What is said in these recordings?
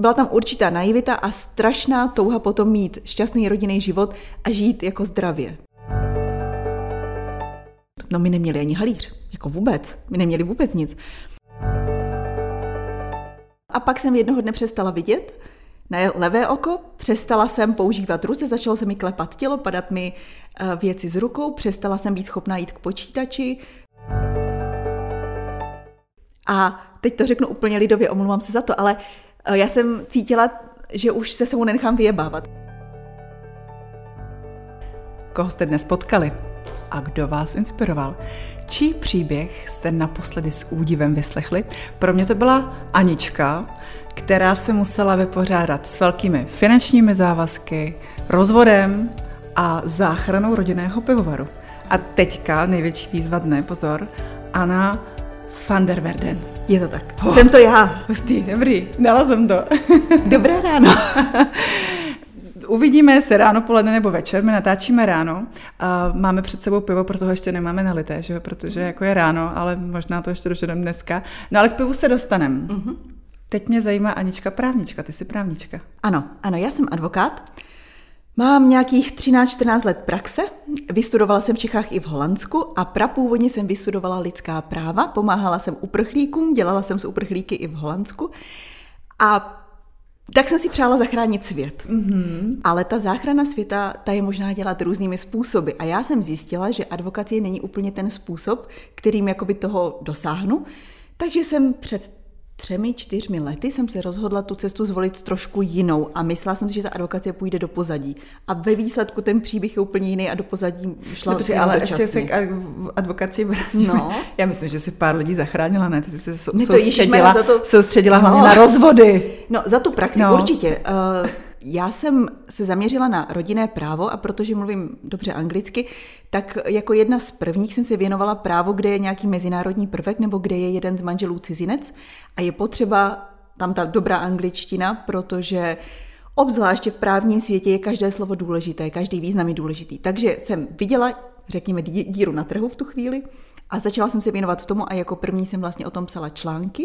byla tam určitá naivita a strašná touha potom mít šťastný rodinný život a žít jako zdravě. No my neměli ani halíř, jako vůbec, my neměli vůbec nic. A pak jsem jednoho dne přestala vidět na levé oko, přestala jsem používat ruce, začalo se mi klepat tělo, padat mi věci z rukou, přestala jsem být schopná jít k počítači. A teď to řeknu úplně lidově, omlouvám se za to, ale já jsem cítila, že už se sebou nenechám vyjebávat. Koho jste dnes potkali? A kdo vás inspiroval? Čí příběh jste naposledy s údivem vyslechli? Pro mě to byla Anička, která se musela vypořádat s velkými finančními závazky, rozvodem a záchranou rodinného pivovaru. A teďka největší výzva dne, pozor, Anna van der Werden. Je to tak. Jsem to já. Hustý, dobrý, dala jsem to. Dobré ráno. Uvidíme se ráno, poledne nebo večer, my natáčíme ráno a máme před sebou pivo, protože ho ještě nemáme nalité, že? Protože jako je ráno, ale možná to ještě doženeme dneska. No ale k pivu se dostaneme. Mm-hmm. Teď mě zajímá Anička právnička, ty jsi právnička. Ano, já jsem advokát. Mám nějakých 13-14 let praxe, vystudovala jsem v Čechách i v Holandsku a prapůvodně jsem vystudovala lidská práva, pomáhala jsem uprchlíkům, dělala jsem s uprchlíky i v Holandsku a tak jsem si přála zachránit svět. Mm-hmm. Ale ta záchrana světa, ta je možná dělat různými způsoby. A já jsem zjistila, že advokacie není úplně ten způsob, kterým jakoby toho dosáhnu. Takže jsem před 3-4 lety jsem se rozhodla tu cestu zvolit trošku jinou a myslela jsem si, že ta advokacie půjde do pozadí. A ve výsledku ten příběh je úplně jiný a do pozadí šla dobře, ale dočasně. Ještě se k advokacii vrátíme. No. Já myslím, že si pár lidí zachránila, ne? Ty jsi se soustředila hlavně na rozvody. No, za tu praxi určitě. Já jsem se zaměřila na rodinné právo a protože mluvím dobře anglicky, tak jako jedna z prvních jsem se věnovala právu, kde je nějaký mezinárodní prvek nebo kde je jeden z manželů cizinec a je potřeba tam ta dobrá angličtina, protože obzvláště v právním světě je každé slovo důležité, každý význam je důležitý. Takže jsem viděla, řekněme, díru na trhu v tu chvíli a začala jsem se věnovat tomu a jako první jsem vlastně o tom psala články.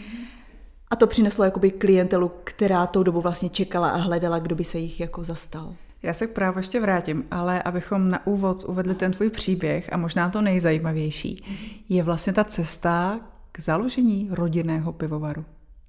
A to přineslo jakoby klientelu, která tou dobu vlastně čekala a hledala, kdo by se jich jako zastal. Já se k právu ještě vrátím, ale abychom na úvod uvedli ten tvůj příběh a možná to nejzajímavější, je vlastně ta cesta k založení rodinného pivovaru.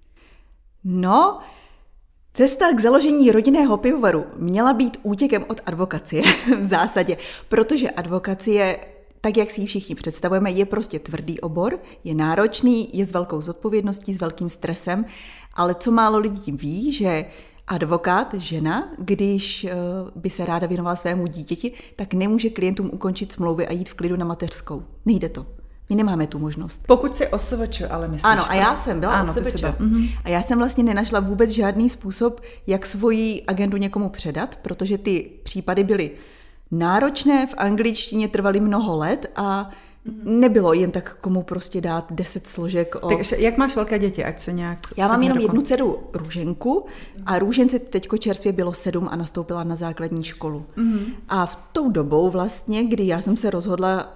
No, cesta k založení rodinného pivovaru měla být útěkem od advokacie v zásadě, protože advokacie, tak jak si ji všichni představujeme, je prostě tvrdý obor, je náročný, je s velkou zodpovědností, s velkým stresem, ale co málo lidí ví, že advokát, žena, když by se ráda věnovala svému dítěti, tak nemůže klientům ukončit smlouvy a jít v klidu na mateřskou. Nejde to. My nemáme tu možnost. Pokud si OSVČ, ale myslíš. Ano, a já jsem byla OSVČ. A já jsem vlastně nenašla vůbec žádný způsob, jak svoji agendu někomu předat, protože ty případy byly náročné, v angličtině trvaly mnoho let a nebylo jen tak komu prostě dát 10 složek. Takže jak máš velké děti, ať se nějak... Já mám jenom jednu dceru Růženku a Růžence teďko čerstvě bylo 7 a nastoupila na základní školu. A v tou dobou vlastně, kdy já jsem se rozhodla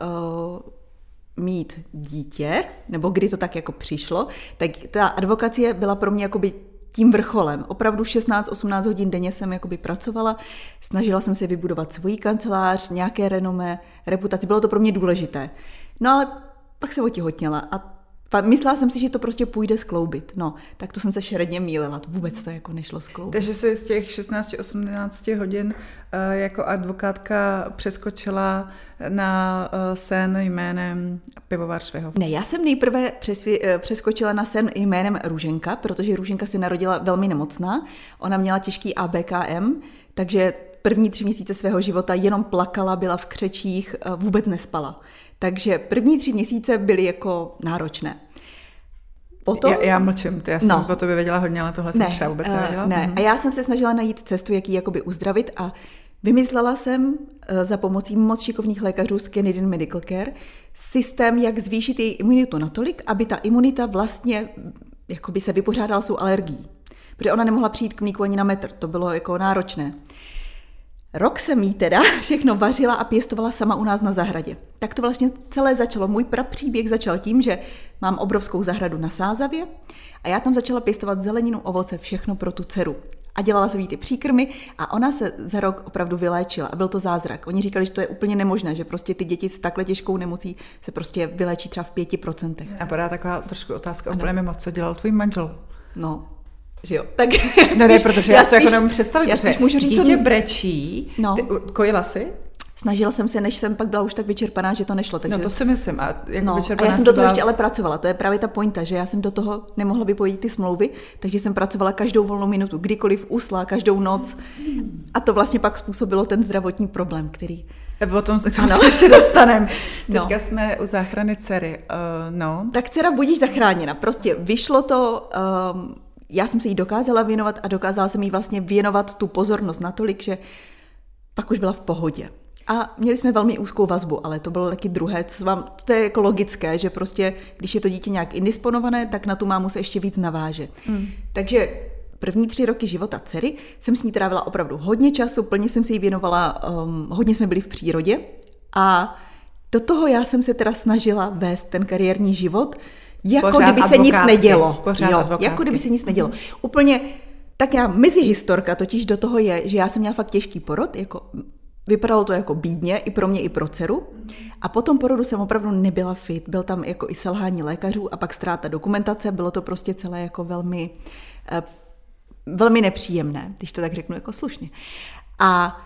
mít dítě, nebo kdy to tak jako přišlo, tak ta advokacie byla pro mě jakoby tím vrcholem. Opravdu 16-18 hodin denně jsem jakoby pracovala, snažila jsem se vybudovat svůj kancelář, nějaké renomé, reputaci, bylo to pro mě důležité. No ale pak se otěhotněla a myslela jsem si, že to prostě půjde skloubit. No, tak to jsem se šeredně mýlila, vůbec to jako nešlo skloubit. Takže jsi z těch 16-18 hodin jako advokátka přeskočila na sen jménem Pivovar Švehov. Ne, já jsem nejprve přeskočila na sen jménem Růženka, protože Růženka se narodila velmi nemocná. Ona měla těžký ABKM, takže první 3 měsíce svého života jenom plakala, byla v křečích, vůbec nespala. Takže první 3 měsíce byly jako náročné. Potom... Já mlčím, já jsem o tobě věděla hodně, ale tohle jsem třeba vůbec nevěděla. Ne, a já jsem se snažila najít cestu, jak ji jakoby uzdravit a vymyslela jsem za pomocí moc šikovných lékařů z Canadian Medical Care systém, jak zvýšit její imunitu natolik, aby ta imunita vlastně jakoby se vypořádala s alergií. Protože ona nemohla přijít k mlíku ani na metr, to bylo jako náročné. Rok jsem jí teda všechno vařila a pěstovala sama u nás na zahradě. Tak to vlastně celé začalo. Můj prapříběh začal tím, že mám obrovskou zahradu na Sázavě a já tam začala pěstovat zeleninu, ovoce, všechno pro tu dceru. A dělala jsem jí ty příkrmy a ona se za rok opravdu vyléčila a byl to zázrak. Oni říkali, že to je úplně nemožné, že prostě ty děti s takhle těžkou nemocí se prostě vyléčí třeba v 5%. A padá taková trošku otázka úplně mimo, co dělal tvůj manžel? No, že jo. Tak no ne, protože já si jako nemůžu představit, já protože můžu říct, dítě brečí, no. Kojila jsi? Snažila jsem se, než jsem pak byla už tak vyčerpaná, že to nešlo. Takže... No to si myslím. A, jako a já jsem do toho ještě ale pracovala, to je právě ta pointa, že já jsem do toho nemohla vypovědět ty smlouvy, takže jsem pracovala každou volnou minutu, kdykoliv usla, každou noc. A to vlastně pak způsobilo ten zdravotní problém, který... O tom se ještě dostaneme. Teďka jsme u záchrany dcery. No. Tak dcera budíš zachráněna. Prostě vyšlo to... já jsem se jí dokázala věnovat a dokázala jsem jí vlastně věnovat tu pozornost natolik, že pak už byla v pohodě. A měli jsme velmi úzkou vazbu, ale to bylo taky druhé, to je jako logické, že prostě, když je to dítě nějak indisponované, tak na tu mámu se ještě víc naváže. Takže první 3 roky života dcery jsem s ní trávila opravdu hodně času, plně jsem si ji věnovala, hodně jsme byli v přírodě a do toho já jsem se teda snažila vést ten kariérní život, jako pořád kdyby se nic nedělo. Jako kdyby se nic nedělo. Úplně, tak já mezihistorka totiž do toho je, že já jsem měla fakt těžký porod, jako vypadalo to jako bídně, i pro mě, i pro dceru. A po tom porodu jsem opravdu nebyla fit. Byl tam jako i selhání lékařů a pak ztráta dokumentace. Bylo to prostě celé jako velmi, velmi nepříjemné, když to tak řeknu jako slušně. A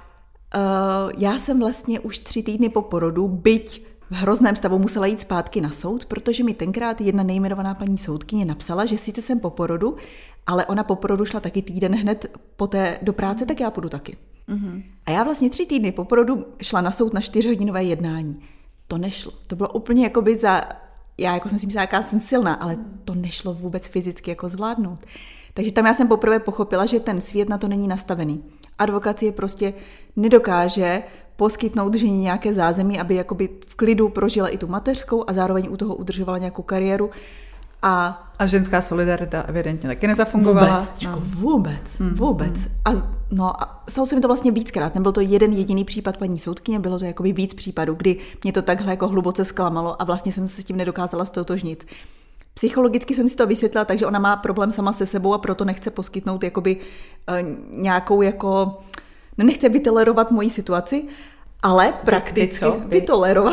já jsem vlastně už 3 týdny po porodu, byť v hrozném stavu, musela jít zpátky na soud, protože mi tenkrát jedna nejmenovaná paní soudkyně napsala, že sice jsem po porodu, ale ona po porodu šla taky týden hned poté do práce, tak já půjdu taky. A já vlastně 3 týdny po porodu šla na soud na 4hodinové jednání. To nešlo. To bylo úplně jakoby já jako jsem si myslela, jaká jsem silná, ale to nešlo vůbec fyzicky jako zvládnout. Takže tam já jsem poprvé pochopila, že ten svět na to není nastavený. Advokacie prostě nedokáže poskytnout ženě nějaké zázemí, aby jakoby v klidu prožila i tu mateřskou a zároveň u toho udržovala nějakou kariéru. A ženská solidarita evidentně taky nezafungovala. Vůbec. A stalo se mi to vlastně víckrát. Nebyl to jeden jediný případ paní soudkyně, bylo to jakoby víc případů, kdy mě to takhle jako hluboce zklamalo a vlastně jsem se s tím nedokázala ztotožnit. Psychologicky jsem si to vysvětlila, takže ona má problém sama se sebou a proto nechce poskytnout jakoby nějakou jako... Nechce vytolerovat moji situaci, ale prakticky... Vytolerovat.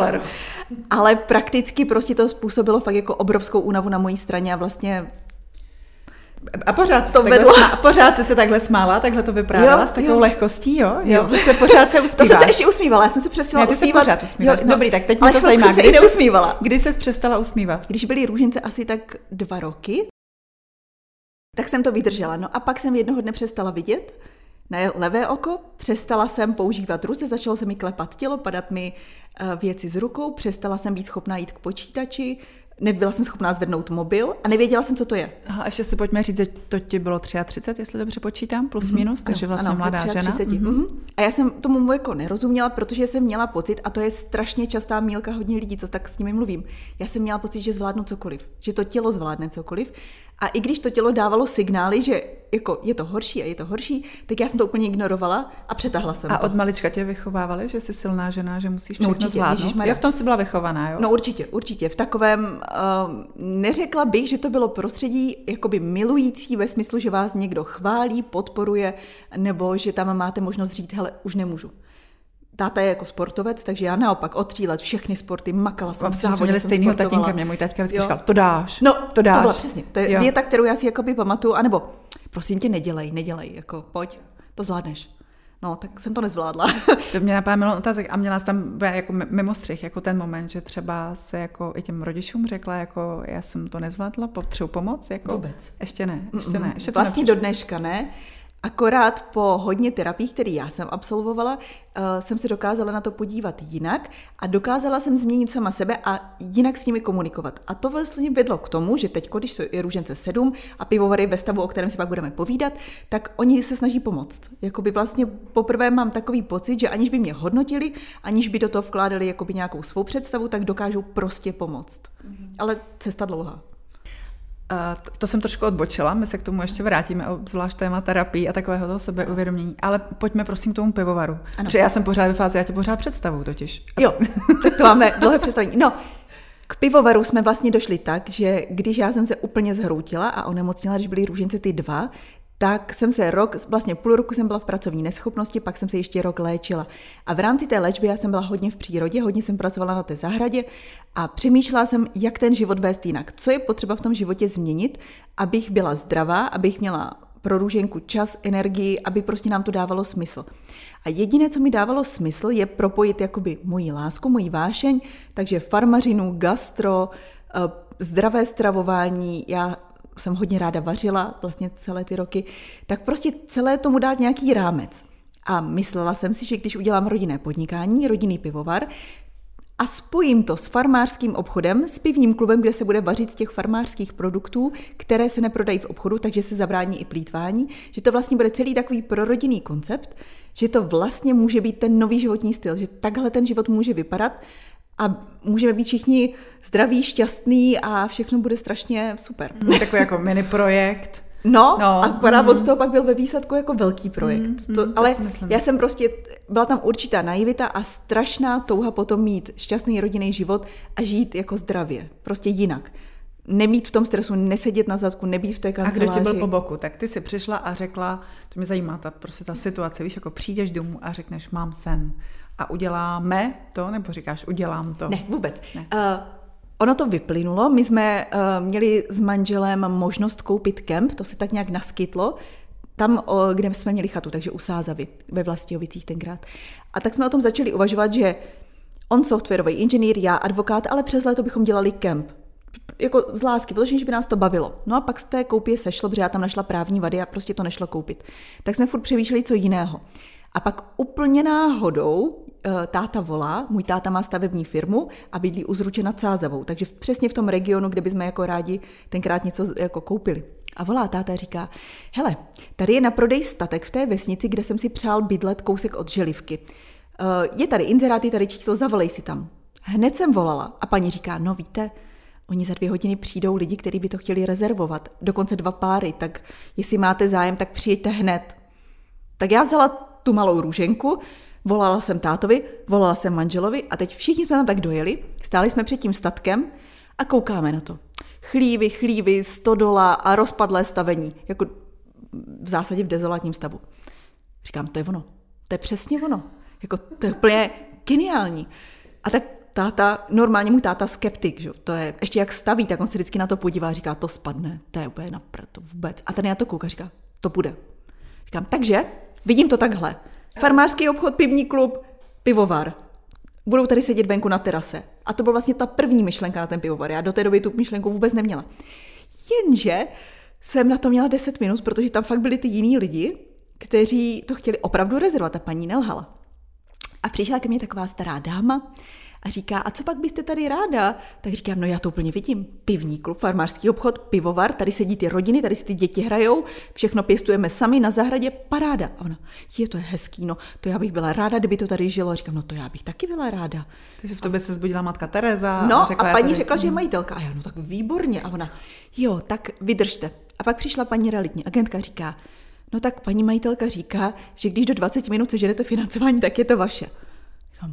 Ale prakticky prostě to způsobilo fakt jako obrovskou únavu na mojí straně a vlastně... A pořád jsi se takhle smála, takhle to vyprávěla s takovou lehkostí, jo? Pořád se usmíváš. To jsem se ještě usmívala, já jsem se přestala usmívat. Ty se pořád usmíváš. Dobrý, tak teď mě to zajímá. Kdy jsi přestala usmívat? Když byly růžence asi tak 2 roky, tak jsem to vydržela. No a pak jsem jednoho dne přestala vidět na levé oko, přestala jsem používat ruce, začalo se mi klepat tělo, padat mi věci z rukou, přestala jsem být schopná jít k počítači, nebyla jsem schopná zvednout mobil a nevěděla jsem, co to je. Aha, ještě si pojďme říct, že to ti bylo 33, jestli dobře počítám, plus minus, takže vlastně mladá žena. A já jsem tomu jako nerozuměla, protože jsem měla pocit, a to je strašně častá mýlka hodně lidí, co tak s nimi mluvím, já jsem měla pocit, že zvládnu cokoliv, že to tělo zvládne cokoliv. A i když to tělo dávalo signály, že jako je to horší, tak já jsem to úplně ignorovala a přetahla jsem to. A od malička tě vychovávali, že jsi silná žena, že musíš všechno zvládnout? Já v tom si byla vychovaná, jo? No určitě. V takovém, neřekla bych, že to bylo prostředí jakoby milující ve smyslu, že vás někdo chválí, podporuje, nebo že tam máte možnost říct, hele, už nemůžu. Táta je jako sportovec, takže já naopak od 3 let všechny sporty makala jsem. Jsme měli stejného tatínka, můj taťka vždycky říkal, to dáš. To byla přesně. To je věta, kterou já si jakoby pamatuju, anebo prosím tě, nedělej, jako pojď, to zvládneš. No, tak jsem to nezvládla. To mě napadá milion otázek a měla jsi tam jako mimo střih, jako ten moment, že třeba se jako i těm rodičům řekla, jako já jsem to nezvládla, potřebuji pomoc, jako vůbec. Ještě ne. Ještě to vlastně do dneška ne. Akorát po hodně terapií, které já jsem absolvovala, jsem se dokázala na to podívat jinak a dokázala jsem změnit sama sebe a jinak s nimi komunikovat. A to vlastně vedlo k tomu, že teď, když je růžence 7 a pivovary ve stavu, o kterém si pak budeme povídat, tak oni se snaží pomoct. Jakoby vlastně poprvé mám takový pocit, že aniž by mě hodnotili, aniž by do toho vkládali jakoby nějakou svou představu, tak dokážou prostě pomoct. Ale cesta dlouhá. To jsem trošku odbočila, my se k tomu ještě vrátíme, zvlášť téma terapii a takového toho sebeuvědomění, ale pojďme prosím k tomu pivovaru. Ano. Protože já jsem pořád ve fázi, já tě pořád představuju totiž. Jo, tak to máme dlouhé představení. No, k pivovaru jsme vlastně došli tak, že když já jsem se úplně zhroutila a onemocnila, když byly růžence ty 2, tak jsem se vlastně půl roku jsem byla v pracovní neschopnosti, pak jsem se ještě rok léčila. A v rámci té léčby já jsem byla hodně v přírodě, hodně jsem pracovala na té zahradě a přemýšlela jsem, jak ten život vést jinak. Co je potřeba v tom životě změnit, abych byla zdravá, abych měla pro růženku čas, energii, aby prostě nám to dávalo smysl. A jediné, co mi dávalo smysl, je propojit jakoby moji lásku, moji vášeň, takže farmařinu, gastro, zdravé stravování, já jsem hodně ráda vařila vlastně celé ty roky, tak prostě celé tomu dát nějaký rámec. A myslela jsem si, že když udělám rodinné podnikání, rodinný pivovar a spojím to s farmářským obchodem, s pivním klubem, kde se bude vařit z těch farmářských produktů, které se neprodají v obchodu, takže se zabrání i plýtvání, že to vlastně bude celý takový prorodinný koncept, že to vlastně může být ten nový životní styl, že takhle ten život může vypadat a můžeme být všichni zdraví, šťastní a všechno bude strašně super. Takový jako mini projekt. No, akorát od toho pak byl ve výsledku jako velký projekt. Ale já jsem prostě, byla tam určitá naivita a strašná touha potom mít šťastný rodinný život a žít jako zdravě. Prostě jinak. Nemít v tom stresu, nesedět na zadku, nebýt v té kanceláři. A kdo ti byl po boku? Tak ty si přišla a řekla, to mě zajímá, ta situace, víš, jako přijdeš domů a řekneš, mám sen. A uděláme to, nebo říkáš, udělám to? Ne, vůbec. Ne. Ono to vyplynulo, my jsme měli s manželem možnost koupit kemp, to se tak nějak naskytlo, tam, kde jsme měli chatu, takže u Sázavy, ve Vlastějovicích tenkrát. A tak jsme o tom začali uvažovat, že on softwarový inženýr, já advokát, ale přes léto bychom dělali kemp. Jako z lásky, protože by nás to bavilo. No a pak z té koupě sešlo, protože já tam našla právní vady a prostě to nešlo koupit. Tak jsme furt přemýšleli, co jiného. A pak úplně náhodou táta volá, můj táta má stavební firmu a bydlí u Zruče nad Sázavou, takže přesně v tom regionu, kde bychom jako rádi tenkrát něco jako koupili. A volá táta a říká, hele, tady je na prodej statek v té vesnici, kde jsem si přál bydlet kousek od Želivky. Je tady inzerát, je tady číslo, zavolej si tam. Hned jsem volala a paní říká, no víte, oni za 2 hodiny přijdou lidi, kteří by to chtěli rezervovat, dokonce 2 páry, tak jestli máte zájem, tak přijeďte hned. Tak já vzala tu malou růženku, volala jsem tátovi, volala jsem manželovi a teď všichni jsme tam tak dojeli, stáli jsme před tím statkem a koukáme na to. Chlívy, stodola a rozpadlé stavení, jako v zásadě v dezolátním stavu. Říkám, to je ono, to je přesně ono, jako to je úplně geniální. A tak táta, normálně můj táta skeptik, že? To je, ještě jak staví, tak on se vždycky na to podívá a říká, to spadne, to je úplně naprosto vůbec. A ten na to kouká, říká, to bude. Říkám, takže vidím to takhle. Farmářský obchod, pivní klub, pivovar. Budou tady sedět venku na terase. A to byla vlastně ta první myšlenka na ten pivovar. Já do té doby tu myšlenku vůbec neměla. Jenže jsem na to měla 10 minut, protože tam fakt byli ty jiní lidi, kteří to chtěli opravdu rezervovat. Ta paní nelhala. A přišla ke mně taková stará dáma a říká, a co pak byste tady ráda? Tak říkám, no já to úplně vidím. Pivní klub, farmářský obchod, pivovar, tady sedí ty rodiny, tady si ty děti hrajou, všechno pěstujeme sami na zahradě, paráda. A ona, to je hezký, no, to já bych byla ráda, kdyby to tady žilo. A říkám, no to já bych taky byla ráda. Takže v tobě se zbudila matka Tereza. No a paní řekla, že je majitelka. A já, no tak výborně. A ona, jo, tak vydržte. A pak přišla paní realitní agentka, říká, no tak paní majitelka říká, že když do 20 minut seženete financování, tak je to vaše. Říkám,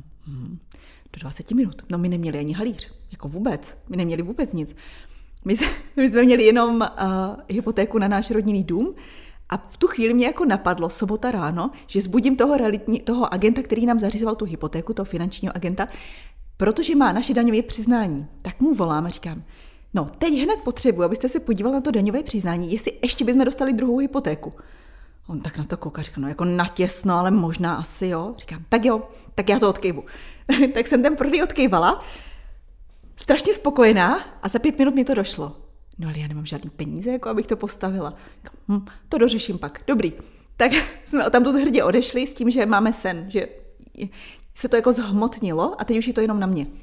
do 20 minut. No my neměli ani halíř, jako vůbec. My neměli vůbec nic. My jsme měli jenom hypotéku na náš rodinný dům a v tu chvíli mě jako napadlo sobota ráno, že zbudím toho agenta, který nám zařizoval tu hypotéku, toho finančního agenta, protože má naše daňové přiznání. Tak mu volám a říkám, no teď hned potřebuji, abyste se podíval na to daňové přiznání, jestli ještě bychom dostali druhou hypotéku. On tak na to kouká, říká, no jako natěsno, ale možná asi jo. Říkám, tak jo, tak já to odkejvu. Tak jsem ten prodej odkejvala, strašně spokojená a za 5 minut mi to došlo. No ale já nemám žádný peníze, jako abych to postavila. To dořeším pak, dobrý. Tak jsme tam tu hrdě odešli s tím, že máme sen, že se to jako zhmotnilo a teď už je to jenom na mě.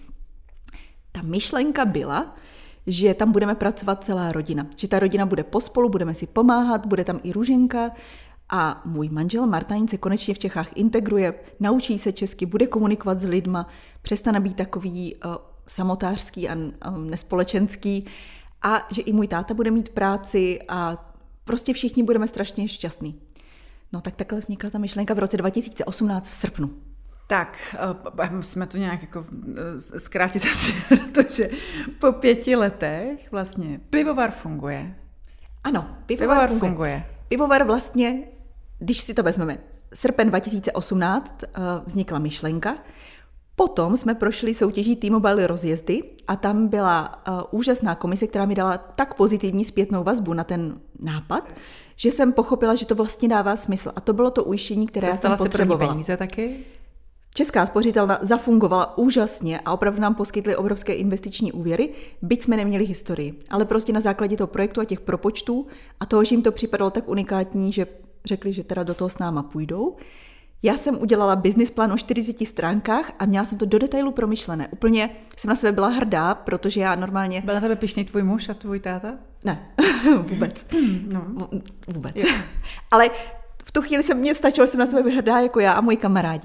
Ta myšlenka byla, že tam budeme pracovat celá rodina. Že ta rodina bude pospolu, budeme si pomáhat, bude tam i Růženka a můj manžel Martin se konečně v Čechách integruje, naučí se česky, bude komunikovat s lidma, přestane být takový samotářský a nespolečenský a že i můj táta bude mít práci a prostě všichni budeme strašně šťastní. No tak takhle vznikla ta myšlenka v roce 2018 v srpnu. Tak, musíme to nějak jako zkrátit asi, protože po 5 letech vlastně pivovar funguje. Ano, pivovar funguje. Pivovar vlastně, když si to vezmeme, srpen 2018 vznikla myšlenka, potom jsme prošli soutěží T-Mobile rozjezdy a tam byla úžasná komise, která mi dala tak pozitivní zpětnou vazbu na ten nápad, že jsem pochopila, že to vlastně dává smysl. A to bylo to ujištění, které já jsem potřebovala. Dostala se první peníze taky? Česká spořitelna zafungovala úžasně a opravdu nám poskytly obrovské investiční úvěry, byť jsme neměli historii. Ale prostě na základě toho projektu a těch propočtů a toho, že jim to připadalo tak unikátní, že řekli, že teda do toho s náma půjdou. Já jsem udělala business plán o 40 stránkách a měla jsem to do detailu promyšlené. Úplně jsem na sebe byla hrdá, protože já normálně... Byl na tebe pyšný tvůj muž a tvůj táta? Ne, vůbec. No. Vůbec. Ale v tu chvíli mně stačilo, že jsem na sebe hrdá jako já a moji kamarádi.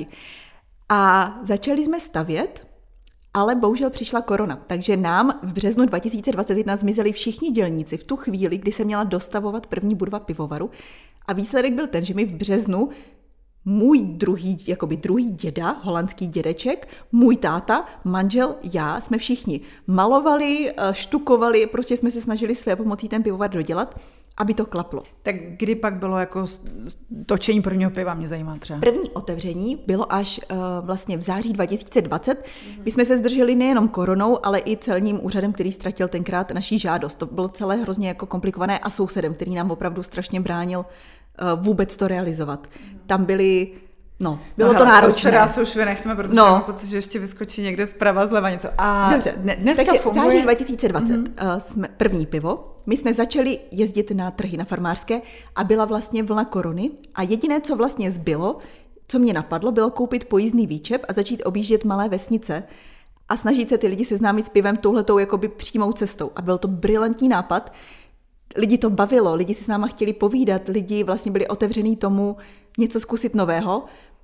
A začali jsme stavět, ale bohužel přišla korona. Takže nám v březnu 2021 zmizeli všichni dělníci v tu chvíli, kdy se měla dostavovat první budova pivovaru. A výsledek byl ten, že mi v březnu můj druhý děda, holandský dědeček, můj táta, manžel, já, jsme všichni malovali, štukovali, prostě jsme se snažili své pomocí ten pivovar dodělat, aby to klaplo. Tak kdy pak bylo jako točení prvního piva, mě zajímá třeba? První otevření bylo až vlastně v září 2020. My jsme se zdrželi nejenom koronou, ale i celním úřadem, který ztratil tenkrát naší žádost. To bylo celé hrozně jako komplikované a sousedem, který nám opravdu strašně bránil vůbec to realizovat. Tam byly, bylo to náročné. Dá se už vynechme, protože mám pocit, že ještě vyskočí někde zprava, zleva něco. A dobře, dneska takže funguje... září 2020 jsme první pivo. My jsme začali jezdit na trhy, na farmářské a byla vlastně vlna korony a jediné, co vlastně zbylo, co mě napadlo, bylo koupit pojízdný výčep a začít objíždět malé vesnice a snažit se ty lidi seznámit s pivem touhletou jakoby přímou cestou. A byl to brilantní nápad. Lidi to bavilo, lidi si s náma chtěli povídat, lidi vlastně byli otevřený tomu něco zkusit nového.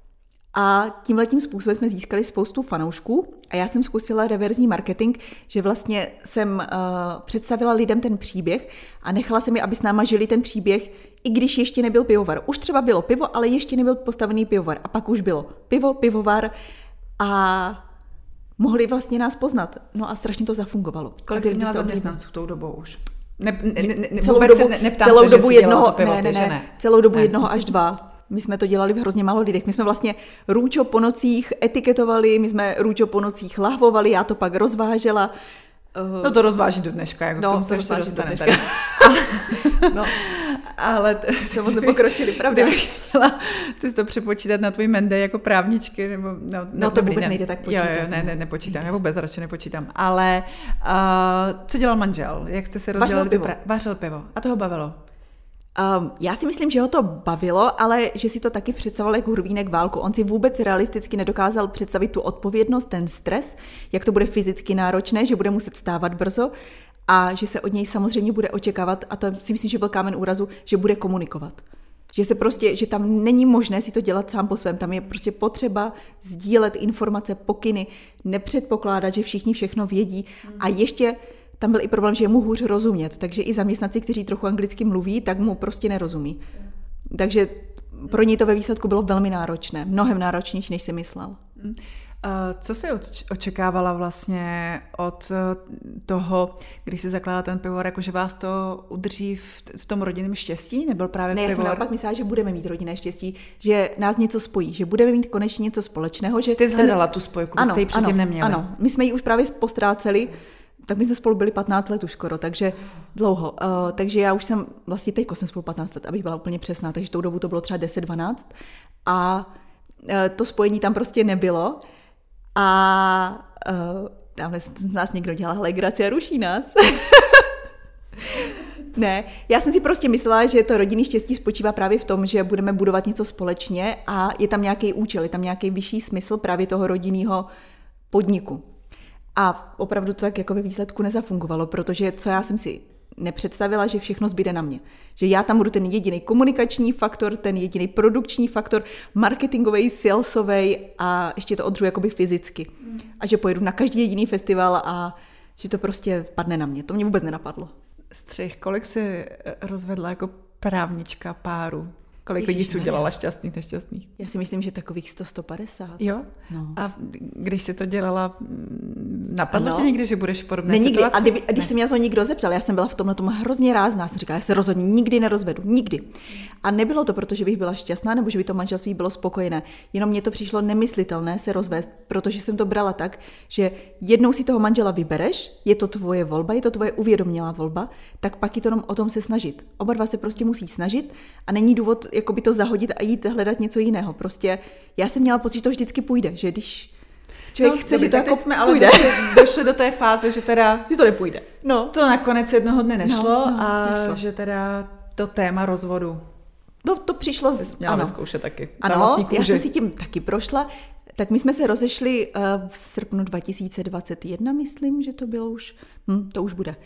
A tímhletím způsobem jsme získali spoustu fanoušků a já jsem zkusila reverzní marketing, že vlastně jsem představila lidem ten příběh a nechala jsem je, aby s náma žili ten příběh, i když ještě nebyl pivovar. Už třeba bylo pivo, ale ještě nebyl postavený pivovar. A pak už bylo pivo, pivovar a mohli vlastně nás poznat. No a strašně to zafungovalo. Kolik jsi měla zaměstnanců tou dobou už? Celou dobu jednoho až 2. My jsme to dělali v hrozně málo lidech. My jsme vlastně růčo po nocích etiketovali, my jsme růčo po nocích lahvovali, já to pak rozvážela. No to rozváží do dneška, jako k tomu se ještě dostaneme tady. Ale jsme moc nepokročili, pravda? Kdybych chtěla ty si to přepočítat na tvůj Mende jako právničky, nebo... No to vůbec nejde tak počítat. Jo, nepočítám, já vůbec radši nepočítám. Ale co dělal manžel? Jak jste se rozdělali? Vařil pivo. A to ho bavilo? Já si myslím, že ho to bavilo, ale že si to taky představoval jako hurvínek válku. On si vůbec realisticky nedokázal představit tu odpovědnost, ten stres, jak to bude fyzicky náročné, že bude muset stávat brzo a že se od něj samozřejmě bude očekávat, a to si myslím, že byl kámen úrazu, že bude komunikovat. Že tam není možné si to dělat sám po svém, tam je prostě potřeba sdílet informace, pokyny, nepředpokládat, že všichni všechno vědí a ještě tam byl i problém, že je mu hůř rozumět, takže i zaměstnanci, kteří trochu anglicky mluví, tak mu prostě nerozumí. Takže pro něj to ve výsledku bylo velmi náročné, mnohem náročnější, než si myslel. Co jsi očekávala vlastně od toho, když jsi zakládala ten pivovar, jakože vás to udrží v tom rodinném štěstí? Nebyl právě pivovar? Ne, já jsem naopak myslela, že budeme mít rodinné štěstí, že nás něco spojí, že budeme mít konečně něco společného. Že ty jsi hledala tu spojku, jste ji předtím neměli. Ano, my jsme ji už právě postráceli, tak my jsme spolu byli 15 let už skoro, takže dlouho. Takže já už jsem, vlastně teďko jsem spolu 15 let, abych byla úplně přesná, takže tou dobu to bylo třeba 10-12 a to spojení tam prostě nebylo a tamhle z nás někdo dělá legraci a ruší nás. Ne, já jsem si prostě myslela, že to rodinné štěstí spočívá právě v tom, že budeme budovat něco společně a je tam nějaký účel, je tam nějaký vyšší smysl právě toho rodinného podniku. A opravdu to tak jako ve výsledku nezafungovalo, protože co já jsem si nepředstavila, že všechno zbyde na mě. Že já tam budu ten jediný komunikační faktor, ten jediný produkční faktor, marketingový, salesový a ještě to odřu jakoby fyzicky. A že pojedu na každý jediný festival a že to prostě padne na mě. To mě vůbec nenapadlo. střih, kolik jsi rozvedla jako právnička páru? Kolik lidí jsi udělala šťastných, nešťastných? Já si myslím, že takových 100-150. Jo? No. A když jsi to dělala, napadlo tě někdy, že budeš v podobné situaci? A když se mě na to někdo zeptal, já jsem byla v tomhle tomu hrozně rázná, jsem říkala, já se rozhodně nikdy nerozvedu, nikdy. A nebylo to proto, že bych byla šťastná, nebo že by to manželství bylo spokojené, jenom mně to přišlo nemyslitelné se rozvést, protože jsem to brala tak, že jednou si toho manžela vybereš, je to tvoje volba, je to tvoje uvědomělá volba, tak pak je to jenom o tom se snažit. Oba dva se prostě musí snažit a není důvod jakoby to zahodit a jít hledat něco jiného. Prostě já jsem měla pocit, že to vždycky půjde, že když člověk chce, že to jako jsme ale půjde. došli do té fáze, že teda že to nepůjde. No. To nakonec jednoho dne nešlo nešlo. Že teda to téma rozvodu. No to přišlo jsi měla vyzkoušet taky. Ano, já jsem si tím taky prošla. Tak my jsme se rozešli v srpnu 2021, myslím, že to bylo už. To už bude.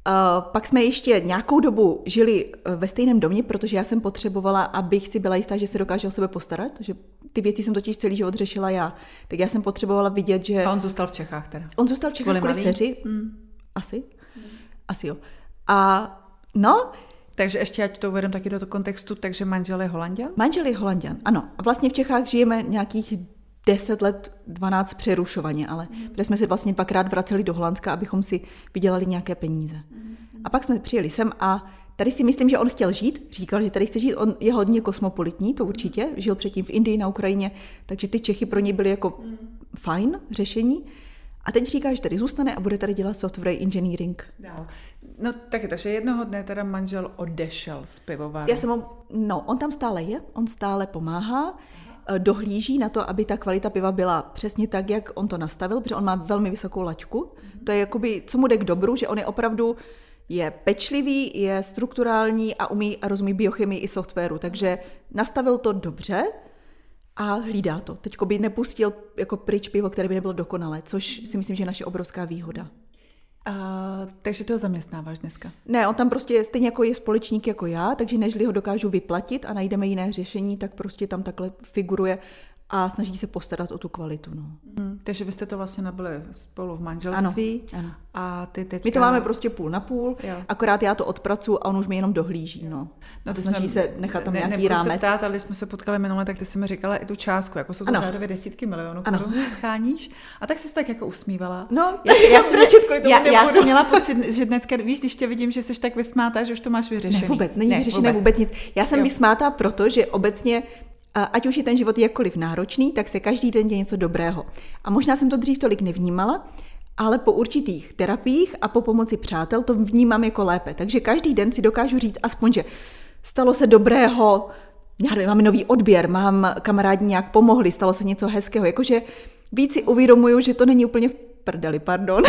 Pak jsme ještě nějakou dobu žili ve stejném domě, protože já jsem potřebovala, abych si byla jistá, že se dokáže o sebe postarat, že ty věci jsem totiž celý život řešila já. Tak já jsem potřebovala vidět, že... A on zůstal v Čechách teda? On zůstal v Čechách kvůli dceři. Asi? Asi jo. A no... Takže ještě ať to uvedem taky do toho kontextu, takže manžel je Holanďan? Manžel je Holanďan, ano. A vlastně v Čechách žijeme nějakých 10 let, 12 přerušovaně, ale protože jsme se vlastně dvakrát vraceli do Holandska, abychom si vydělali nějaké peníze. A pak jsme přijeli sem a tady si myslím, že on chtěl žít, říkal, že tady chce žít, on je hodně kosmopolitní, to určitě, žil předtím v Indii, na Ukrajině, takže ty Čechy pro něj byly jako fajn řešení. A teď říká, že tady zůstane a bude tady dělat software engineering. No taky to, že jednoho dne teda manžel odešel z pivovaru. On tam stále je, on stále pomáhá, dohlíží na to, aby ta kvalita piva byla přesně tak, jak on to nastavil, protože on má velmi vysokou laťku. To je jakoby, co mu jde k dobru, že on je opravdu pečlivý, je strukturální a umí a rozumí biochemii i softwaru, takže nastavil to dobře a hlídá to. Teďko by nepustil jako pryč pivo, které by nebylo dokonalé, což si myslím, že je naše obrovská výhoda. Takže to ho zaměstnáváš dneska? Ne, on tam prostě stejně jako je společník jako já, takže nežli ho dokážu vyplatit a najdeme jiné řešení, tak prostě tam takhle figuruje a snaží se postarat o tu kvalitu. No. Takže vy jste to vlastně nabyli spolu v manželství. Ano. A ty teďka... My to máme prostě půl na půl, akorát já to odpracuji a on už mi jenom dohlíží. No to snaží se nechat tam nějaký rámec. Se ptát, ale když jsme se potkali minule, tak ty jsi mi říkala i tu částku, jako jsou to řádově desítky milionů korun, co scháníš. A tak jsi se tak jako usmívala. No, já jsem měla pocit, že dneska, víš, když tě vidím, že jsi tak vysmátá, že už to máš vyřešený. Ne, vůbec, není vyřešené vůbec nic. Já jsem vysmátá proto, že obecně ať už je ten život jakkoliv náročný, tak se každý den děje něco dobrého. A možná jsem to dřív tolik nevnímala, ale po určitých terapiích a po pomoci přátel to vnímám jako lépe. Takže každý den si dokážu říct aspoň, že stalo se dobrého, já nevím, máme nový odběr, mám kamarádi nějak pomohli, stalo se něco hezkého. Jakože víc si uvědomuju, že to není úplně v prdeli, pardon.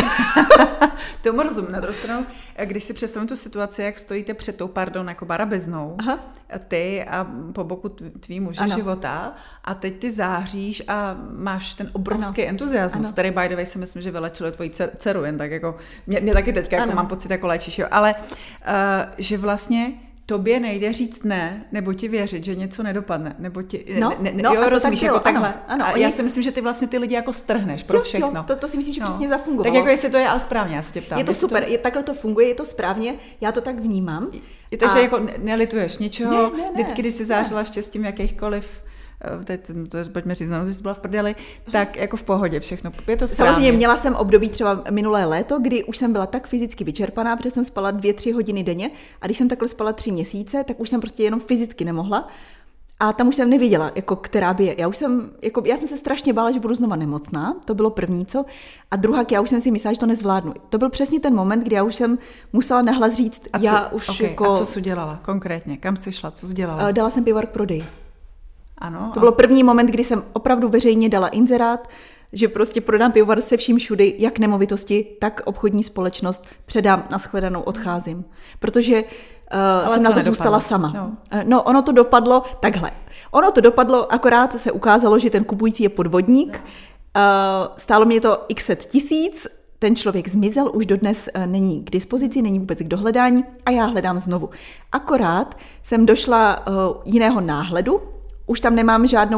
Tomu rozumím. Na druhou stranu, když si představím tu situaci, jak stojíte před tou, jako barabiznou, ty a po boku tvý muže života a teď ty záříš a máš ten obrovský entuziasmus, který by the way si myslím, že vylečili tvoji dceru, jen tak jako, mě taky teďka jako mám pocit jako léčíš, jo, ale že vlastně tobě nejde říct ne, nebo ti věřit, že něco nedopadne, nebo ti... rozumíš, jako takhle. Ano, a já si myslím, že ty vlastně ty lidi jako strhneš pro všechno. To si myslím, že přesně zafungovalo. Tak jako jestli to je ale správně, já se tě ptám. Je to super, takhle to funguje, je to správně, já to tak vnímám. Takže jako nelituješ ničeho, vždycky, když jsi zářila štěstím jakýchkoliv, teď to pojďme říct, že jsi byla v prdeli, tak jako v pohodě všechno. Je to správně. Samozřejmě měla jsem období třeba minulé léto, kdy už jsem byla tak fyzicky vyčerpaná, protože jsem spala 2-3 hodiny denně a když jsem takhle spala 3 měsíce, tak už jsem prostě jenom fyzicky nemohla a tam už jsem nevěděla, jako která by je. Já jsem se strašně bála, že budu znova nemocná, to bylo první co, a druhá, já už jsem si myslela, že to nezvládnu. To byl přesně ten moment, kdy já už jsem musela nahlas říct, A co jsi udělala konkrétně? Kam jsi šla? Co jsi dělala? Dala jsem pivovar k prodeji. Ano, to byl první moment, kdy jsem opravdu veřejně dala inzerát, že prostě prodám pivovar se vším všudy, jak nemovitosti, tak obchodní společnost, předám, nashledanou, odcházím. Protože jsem na to zůstala sama. No, ono to dopadlo takhle. Akorát se ukázalo, že ten kupující je podvodník. Stálo mě to x set tisíc, ten člověk zmizel, už dodnes není k dispozici, není vůbec k dohledání a já hledám znovu. Akorát jsem došla jiného náhledu, už tam nemám žádnou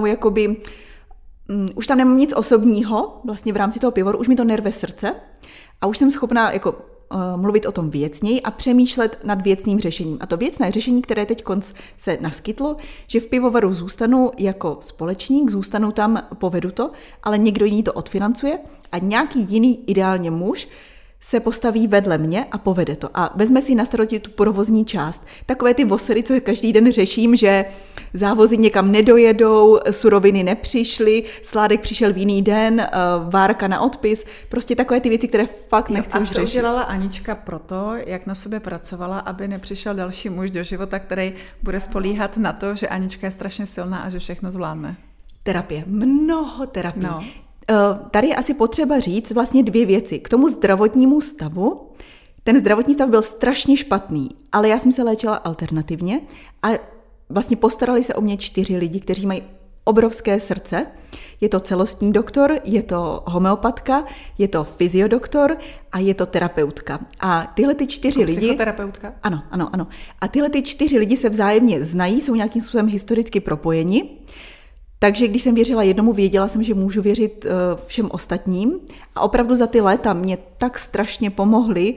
už tam nemám nic osobního vlastně v rámci toho pivovaru, už mi to nerve srdce a už jsem schopná, mluvit o tom věcněji a přemýšlet nad věcným řešením. A to věcné řešení, které teď se naskytlo, že v pivovaru zůstanu jako společník, zůstanu tam, povedu to, ale někdo jiný to odfinancuje a nějaký jiný ideálně muž se postaví vedle mě a povede to. A vezme si na starosti tu provozní část. Takové ty vosery, co každý den řeším, že závozy někam nedojedou, suroviny nepřišly, sládek přišel v jiný den, várka na odpis, prostě takové ty věci, které fakt nechci už řešit. A co udělala Anička proto, jak na sobě pracovala, aby nepřišel další muž do života, který bude spolíhat na to, že Anička je strašně silná a že všechno zvládne? Terapie, mnoho terapií. No. Tady je asi potřeba říct vlastně 2 věci. K tomu zdravotnímu stavu, ten zdravotní stav byl strašně špatný, ale já jsem se léčila alternativně a vlastně postarali se o mě 4 lidi, kteří mají obrovské srdce. Je to celostní doktor, je to homeopatka, je to fyziodoktor a je to terapeutka. A tyhle ty 4 lidi... Psychoterapeutka? Ano. A tyhle ty 4 lidi se vzájemně znají, jsou nějakým způsobem historicky propojeni. Takže když jsem věřila jednomu, věděla jsem, že můžu věřit všem ostatním. A opravdu za ty léta mě tak strašně pomohli.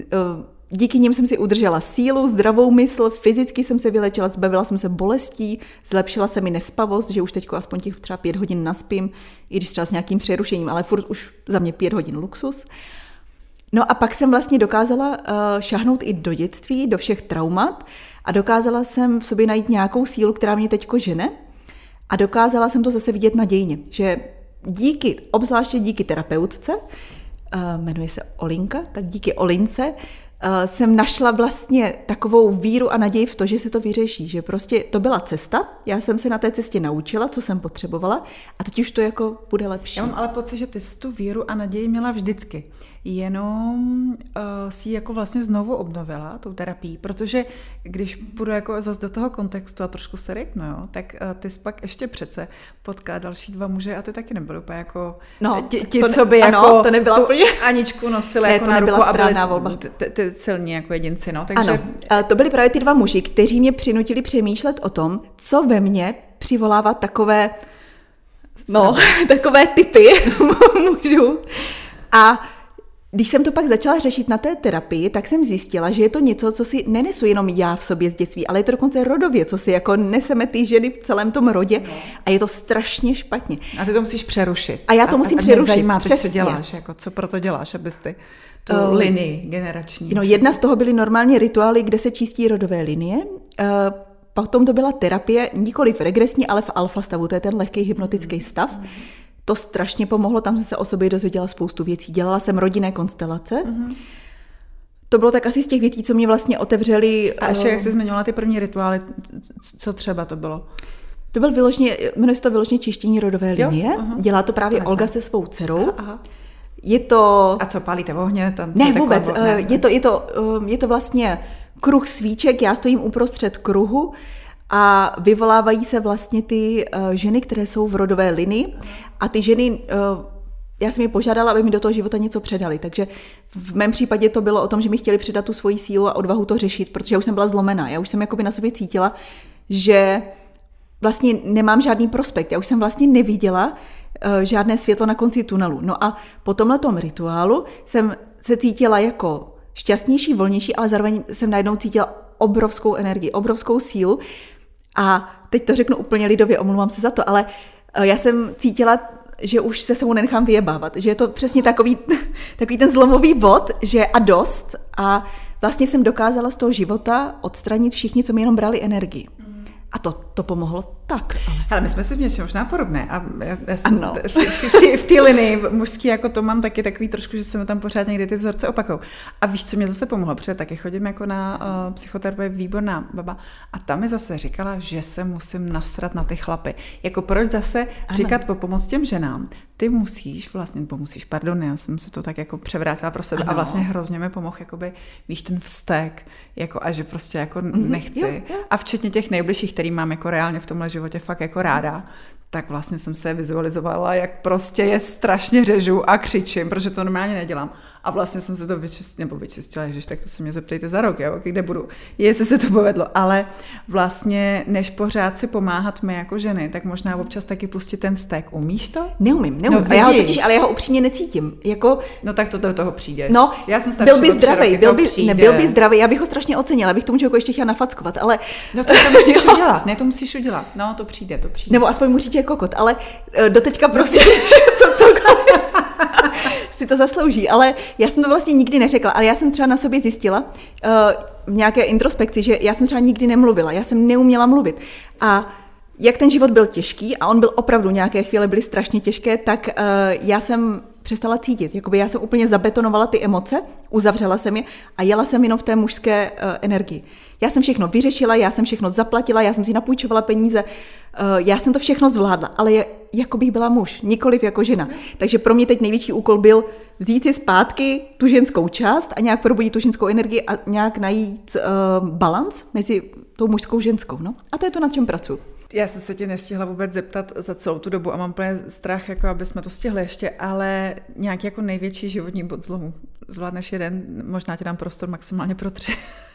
Díky nim jsem si udržela sílu, zdravou mysl, fyzicky jsem se vylečila, zbavila jsem se bolestí, zlepšila se mi nespavost, že už teď aspoň těch třeba 5 hodin naspím, i když třeba s nějakým přerušením, ale furt už za mě 5 hodin luxus. No a pak jsem vlastně dokázala šahnout i do dětství, do všech traumat a dokázala jsem v sobě najít nějakou sílu, která mě teďko žene. A dokázala jsem to zase vidět nadějně, že obzvláště díky terapeutce, jmenuje se Olinka, tak díky Olince jsem našla vlastně takovou víru a naději v to, že se to vyřeší, že prostě to byla cesta, já jsem se na té cestě naučila, co jsem potřebovala a teď už to jako bude lepší. Já mám ale pocit, že ty jsi tu víru a naději měla vždycky, jenom si ji jako vlastně znovu obnovila tou terapií, protože když půjdu jako zase do toho kontextu a trošku se ryknu, jo, tak ty jsi pak ještě přece potká další 2 muže a ty taky nebyly úplně jako ti, co by ano, jako to nebyla tu Aničku nosili jako na ruku a byli ty silní jako jedinci. No, takže... Ano, to byli právě ty 2 muži, kteří mě přinutili přemýšlet o tom, co ve mně přivolává takové typy mužů. A když jsem to pak začala řešit na té terapii, tak jsem zjistila, že je to něco, co si nenesu jenom já v sobě z dětství, ale je to dokonce rodově, co si jako neseme ty ženy v celém tom rodě a je to strašně špatně. A ty to musíš přerušit. A já to musím přerušit. Mě zajímá, co děláš, jako, co proto děláš, abys ty tu linii generační. No, jedna z toho byly normálně rituály, kde se čistí rodové linie. Potom to byla terapie, nikoli v regresní, ale v alfa stavu, to je ten lehký hypnotický stav. To strašně pomohlo, tam jsem se o sobě dozvěděla spoustu věcí. Dělala jsem rodinné konstelace. To bylo tak asi z těch věcí, co mě vlastně otevřely. A ještě jak jsi zmiňovala ty první rituály, co třeba to bylo? To byl jmenuje se to vyloženě čištění rodové linie. Dělá to právě Olga se svou dcerou. Aha. Je to... A co, pálíte v ohně? Ne, vůbec. Je to vlastně kruh svíček, já stojím uprostřed kruhu a vyvolávají se vlastně ty ženy, které jsou v rodové linii a ty ženy, já jsem je požádala, aby mi do toho života něco předali, takže v mém případě to bylo o tom, že mi chtěli předat tu svoji sílu a odvahu to řešit, protože já už jsem byla zlomená, já už jsem jakoby na sobě cítila, že vlastně nemám žádný prospekt, já už jsem vlastně neviděla žádné světlo na konci tunelu. No a po tomhletom rituálu jsem se cítila jako šťastnější, volnější, ale zároveň jsem najednou cítila obrovskou energii, obrovskou sílu. A teď to řeknu úplně lidově, omlouvám se za to, ale já jsem cítila, že už se sebou nenechám vyjebávat, že je to přesně takový ten zlomový bod, že a dost. A vlastně jsem dokázala z toho života odstranit všichni, co mi jenom brali energii. A to pomohlo tak. Ale my jsme si v něčem možná podobné. A já jsem v té linii mužský, jako to mám taky takový trošku, že se mi tam pořád někdy ty vzorce opakujou. A víš, co mě zase pomohlo? Protože taky chodím jako na psychoterapii, výborná baba. A tam mi zase říkala, že se musím nasrat na ty chlapy. Jako proč zase říkat o pomoc těm ženám? Ty musíš, já jsem se to tak jako převrátila pro sebe a vlastně hrozně mi pomohl, jakoby, víš, ten vztek, jako a že prostě jako nechci. Jo. A včetně těch nejbližších, který mám jako reálně v tomhle životě fakt jako ráda, tak vlastně jsem se vizualizovala, jak prostě je strašně řežu a křičím, protože to normálně nedělám. A vlastně jsem se to vyčistila, ježiš, tak to se mě zeptejte za rok, jo, kde budu, jestli se to povedlo. Ale vlastně, než pořád si pomáhat my jako ženy, tak možná občas taky pustit ten vztek. Umíš to? Neumím. No, ale já ho upřímně necítím. Jako... No tak to do toho přijdeš. No, já jsem byl by zdravý, nebyl by zdravý, já bych ho strašně ocenila, abych tomu člověku ještě chtěla nafackovat, ale... No to musíš udělat, ne, to musíš udělat. No, to přijde. Nebo aspoň mu říct, že je kokot, ale doteďka prostě, co si to zaslouží, ale já jsem to vlastně nikdy neřekla, ale já jsem třeba na sobě zjistila v nějaké introspekci, že já jsem třeba nikdy nemluvila, já jsem neuměla mluvit a jak ten život byl těžký a on byl opravdu, nějaké chvíle byly strašně těžké, tak já jsem přestala cítit. Jakoby já jsem úplně zabetonovala ty emoce, uzavřela jsem je a jela jsem jenom v té mužské energii. Já jsem všechno vyřešila, já jsem všechno zaplatila, já jsem si napůjčovala peníze, já jsem to všechno zvládla, ale jako bych byla muž, nikoliv jako žena. Takže pro mě teď největší úkol byl vzít si zpátky tu ženskou část a nějak probudit tu ženskou energii a nějak najít balans mezi tou mužskou ženskou. No? A to je to, nad čem pracuji. Já jsem se tě nestihla vůbec zeptat za celou tu dobu a mám plně strach, jako aby jsme to stihli ještě, ale nějaký jako největší životní bod zlomu. Zvládneš jeden, možná ti dám prostor maximálně pro 3.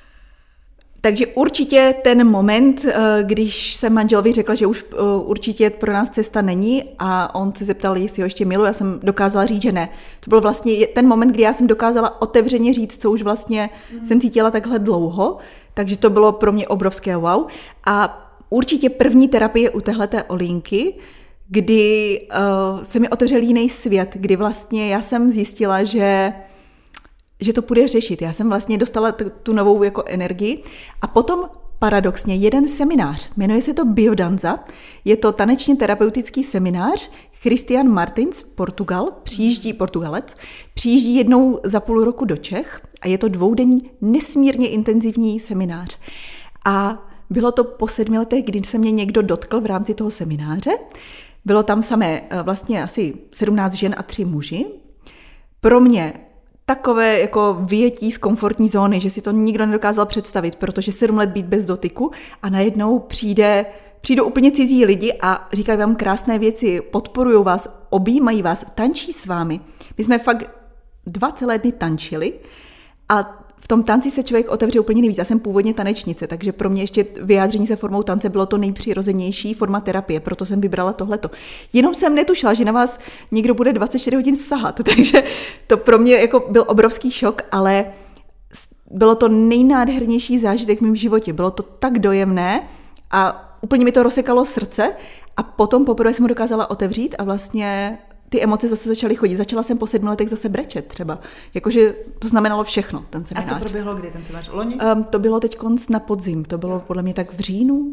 Takže určitě ten moment, když jsem manželovi řekla, že už určitě pro nás cesta není a on se zeptal, jestli ho ještě miluji, já jsem dokázala říct, že ne. To byl vlastně ten moment, kdy já jsem dokázala otevřeně říct, co už vlastně jsem cítila takhle dlouho, takže to bylo pro mě obrovské wow. A určitě první terapie u téhleté Olínky, kdy se mi otevřel jiný svět, kdy vlastně já jsem zjistila, že to půjde řešit. Já jsem vlastně dostala tu novou jako energii a potom paradoxně jeden seminář, jmenuje se to Biodanza, je to tanečně terapeutický seminář, Christian Martins, Portugalec, přijíždí jednou za půl roku do Čech a je to 2denní nesmírně intenzivní seminář. A bylo to po 7 letech, kdy se mě někdo dotkl v rámci toho semináře. Bylo tam samé vlastně asi 17 žen a 3 muži. Pro mě takové jako vyjetí z komfortní zóny, že si to nikdo nedokázal představit, protože 7 let být bez dotyku a najednou přijdou úplně cizí lidi a říkají vám krásné věci, podporují vás, objímají vás, tančí s vámi. My jsme fakt 2 celé dny tančili a v tom tanci se člověk otevře úplně nejvíc. Já jsem původně tanečnice, takže pro mě ještě vyjádření se formou tance bylo to nejpřirozenější forma terapie, proto jsem vybrala tohleto. Jenom jsem netušila, že na vás někdo bude 24 hodin sahat, takže to pro mě jako byl obrovský šok, ale bylo to nejnádhernější zážitek v mém životě. Bylo to tak dojemné a úplně mi to rozsekalo srdce a potom poprvé jsem ho dokázala otevřít a vlastně ty emoce zase začaly chodit. Začala jsem po 7 letech zase brečet třeba. Jakože to znamenalo všechno, ten seminář. A to proběhlo kdy, ten seminář? Loni? To bylo teď konc na podzim. To bylo podle mě tak v říjnu.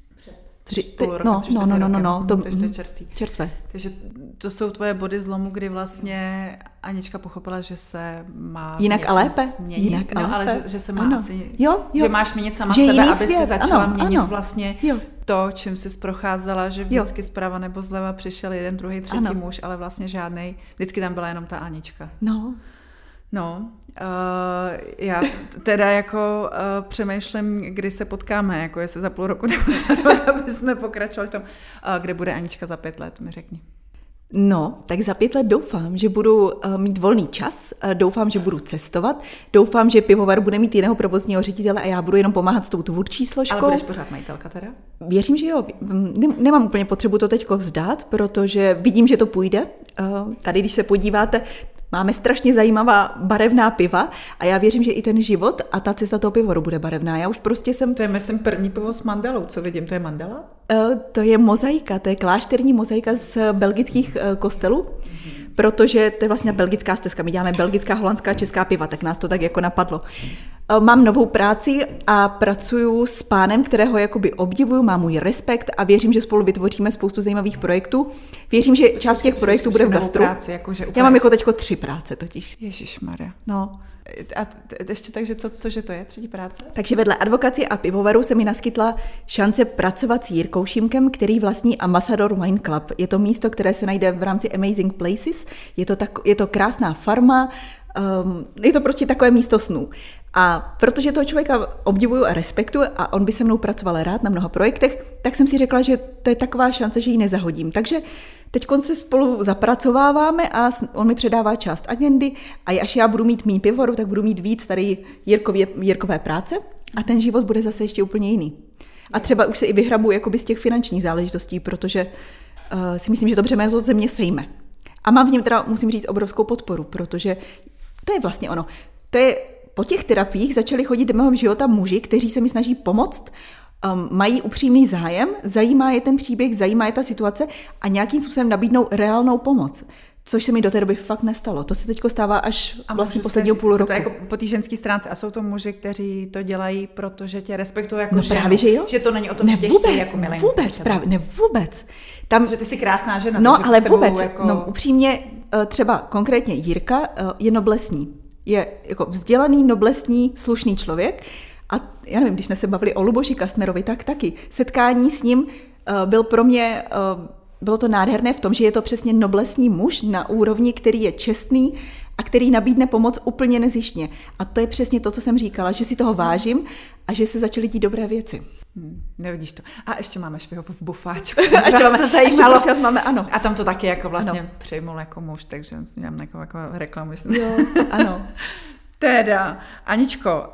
Takže to je čerstvý. Čerstvé. Takže to jsou tvoje body zlomu, kdy vlastně Anička pochopila, že se má jinak a lépe. Změnit. Jinak a lépe. Ale že se má ano. asi, jo. že máš měnit sama sebe, aby si začala měnit ano. vlastně to, čím jsi procházela, že vždycky zprava nebo zleva přišel jeden, druhý, třetí muž, ale vlastně žádnej. Vždycky tam byla jenom ta Anička. No, já teda jako přemýšlím, kdy se potkáme, jako jestli za půl roku nebo za rok, aby jsme pokračovali v tom, kde bude Anička za 5 let, mi řekni. No, tak za 5 let doufám, že budu mít volný čas, doufám, že budu cestovat, doufám, že pivovar bude mít jiného provozního ředitele a já budu jenom pomáhat s tou tvůrčí složkou. Ale budeš pořád majitelka teda? Věřím, že jo. Nemám úplně potřebu to teďko vzdát, protože vidím, že to půjde. Tady, když se podíváte, máme strašně zajímavá barevná piva a já věřím, že i ten život a ta cesta toho pivovaru bude barevná. Já už prostě jsem... To je, myslím, první pivo s mandelou, co vidím, to je mandela? To je mozaika, to je klášterní mozaika z belgických kostelů, protože to je vlastně belgická stezka. My děláme belgická, holandská, česká piva, tak nás to tak jako napadlo. Mám novou práci a pracuju s pánem, kterého jakoby obdivuju, mám můj respekt a věřím, že spolu vytvoříme spoustu zajímavých projektů. Věřím, že část těch projektů bude v gastru. Já mám jako teďko 3 práce totiž. Ježišmarja. No. A ještě takže cože to je, 3. práce? Takže vedle advokacie a pivovaru se mi naskytla šance pracovat s Jirkou Šimkem, který vlastní Ambassador Wine Club. Je to místo, které se najde v rámci Amazing Places. Je to krásná farma, je to prostě takové místo snů. A protože toho člověka obdivuju a respektuju a on by se mnou pracoval rád na mnoha projektech, tak jsem si řekla, že to je taková šance, že ji nezahodím. Takže teď se spolu zapracováváme a on mi předává část agendy a až já budu mít míň pivovaru, tak budu mít víc tady Jirkové práce a ten život bude zase ještě úplně jiný. A třeba už se i vyhrabu jakoby z těch finančních záležitostí, protože si myslím, že to břemeno ze mě sejme. A mám v něm teda, musím říct, obrovskou podporu, protože to je vlastně ono. To je, po těch terapiích začali chodit do mého života muži, kteří se mi snaží pomoct, mají upřímný zájem, zajímá je ten příběh, zajímá je ta situace a nějakým způsobem nabídnou reálnou pomoc. Což se mi do té doby fakt nestalo. To se teď stává až vlastně posledního půl roku. To jako po té ženské stránce. A jsou to muži, kteří to dělají, protože tě respektují jako ženu. Právě, že jo? Že to není o tom, že tě chtějí jako milinku. Vůbec. Tam, že ty jsi krásná žena. No, ale vůbec. Jako... No, upřímně, třeba konkrétně Jirka je noblesní. Je jako vzdělaný, noblesní, slušný člověk. A já nevím, když jsme se bavili o Luboši Kastnerovi, tak taky. Setkání s ním byl pro mě... Bylo to nádherné v tom, že je to přesně noblesní muž na úrovni, který je čestný a který nabídne pomoc úplně nezištně. A to je přesně to, co jsem říkala, že si toho vážím a že se začaly dít dobré věci. Nevidíš to. A ještě máme Švihov v bufáčku. Máme, ano. A tam to taky jako vlastně přijmul jako muž, takže mám jako reklamu. Jo, ano. Teda, Aničko,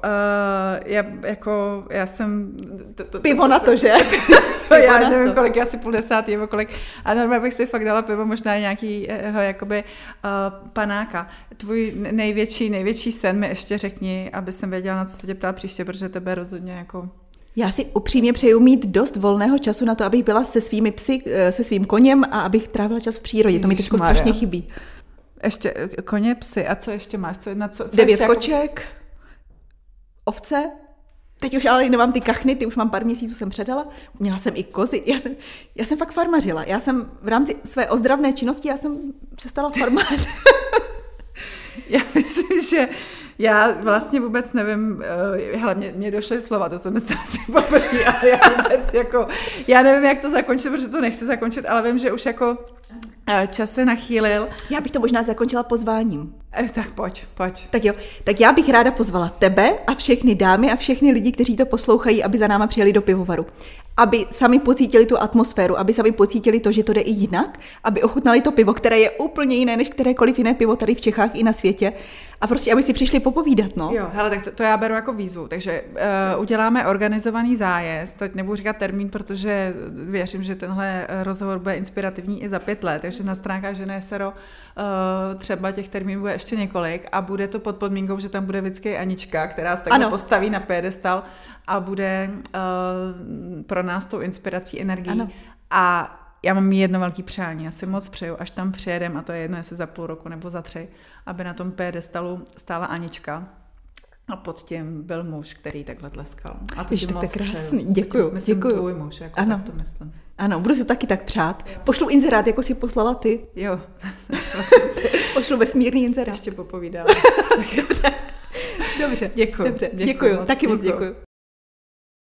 já jsem... Pivo na to, že? Já nevím, kolik, asi 9:30 nebo kolik. A normálně bych si fakt dala pivo, možná nějakýho jakoby panáka. Tvůj největší sen mi ještě řekni, aby jsem věděla, na co se tě ptala příště, protože tebe rozhodně jako... Já si upřímně přeju mít dost volného času na to, abych byla se svými psy, se svým koněm a abych trávila čas v přírodě. To mi teď strašně chybí. Ještě koně, psy. A co ještě máš? Co 9 koček, ovce. Teď už ale nemám ty kachny, ty už mám pár měsíců jsem předala. Měla jsem i kozy. Já jsem fakt farmařila. Já jsem v rámci své ozdravné činnosti, já jsem se stala farmář. Já myslím, že já vlastně vůbec nevím, hele, mě došly slova, to jsem myslela si poprvé, ale já vůbec jako, já nevím, jak to zakončit, protože to nechci zakončit, ale vím, že už jako čas se nachýlil. Já bych to možná zakončila pozváním. Tak pojď. Tak jo, tak já bych ráda pozvala tebe a všechny dámy a všechny lidi, kteří to poslouchají, aby za náma přijeli do pivovaru. Aby sami pocítili tu atmosféru, aby sami pocítili to, že to jde i jinak, aby ochutnali to pivo, které je úplně jiné než kterékoliv jiné pivo tady v Čechách i na světě. A prostě, aby si přišli popovídat, no. Jo, hele, tak to já beru jako výzvu. Takže uděláme organizovaný zájezd. Teď nebudu říkat termín, protože věřím, že tenhle rozhovor bude inspirativní i za 5 let. Takže na stránkách Žena SRO třeba těch termínů bude ještě několik a bude to pod podmínkou, že tam bude vždycky Anička, která se takhle postaví na piedestal a bude pro nás tou inspirací, energií. Ano. A já mám jedno velké přání, já si moc přeju, až tam přijedem, a to je jedno, jestli za půl roku nebo za 3, aby na tom piedestalu stála Anička a pod tím byl muž, který takhle tleskal. A to ti moc krásný, děkuju. Myslím tvůj muž, jako ano. Tak to myslím. Ano, budu se taky tak přát. Pošlu inzerát, jako si poslala ty. Jo. Pošlu vesmírný inzerát. Ještě popovídám. Dobře. Děkuju. Taky moc děkuju.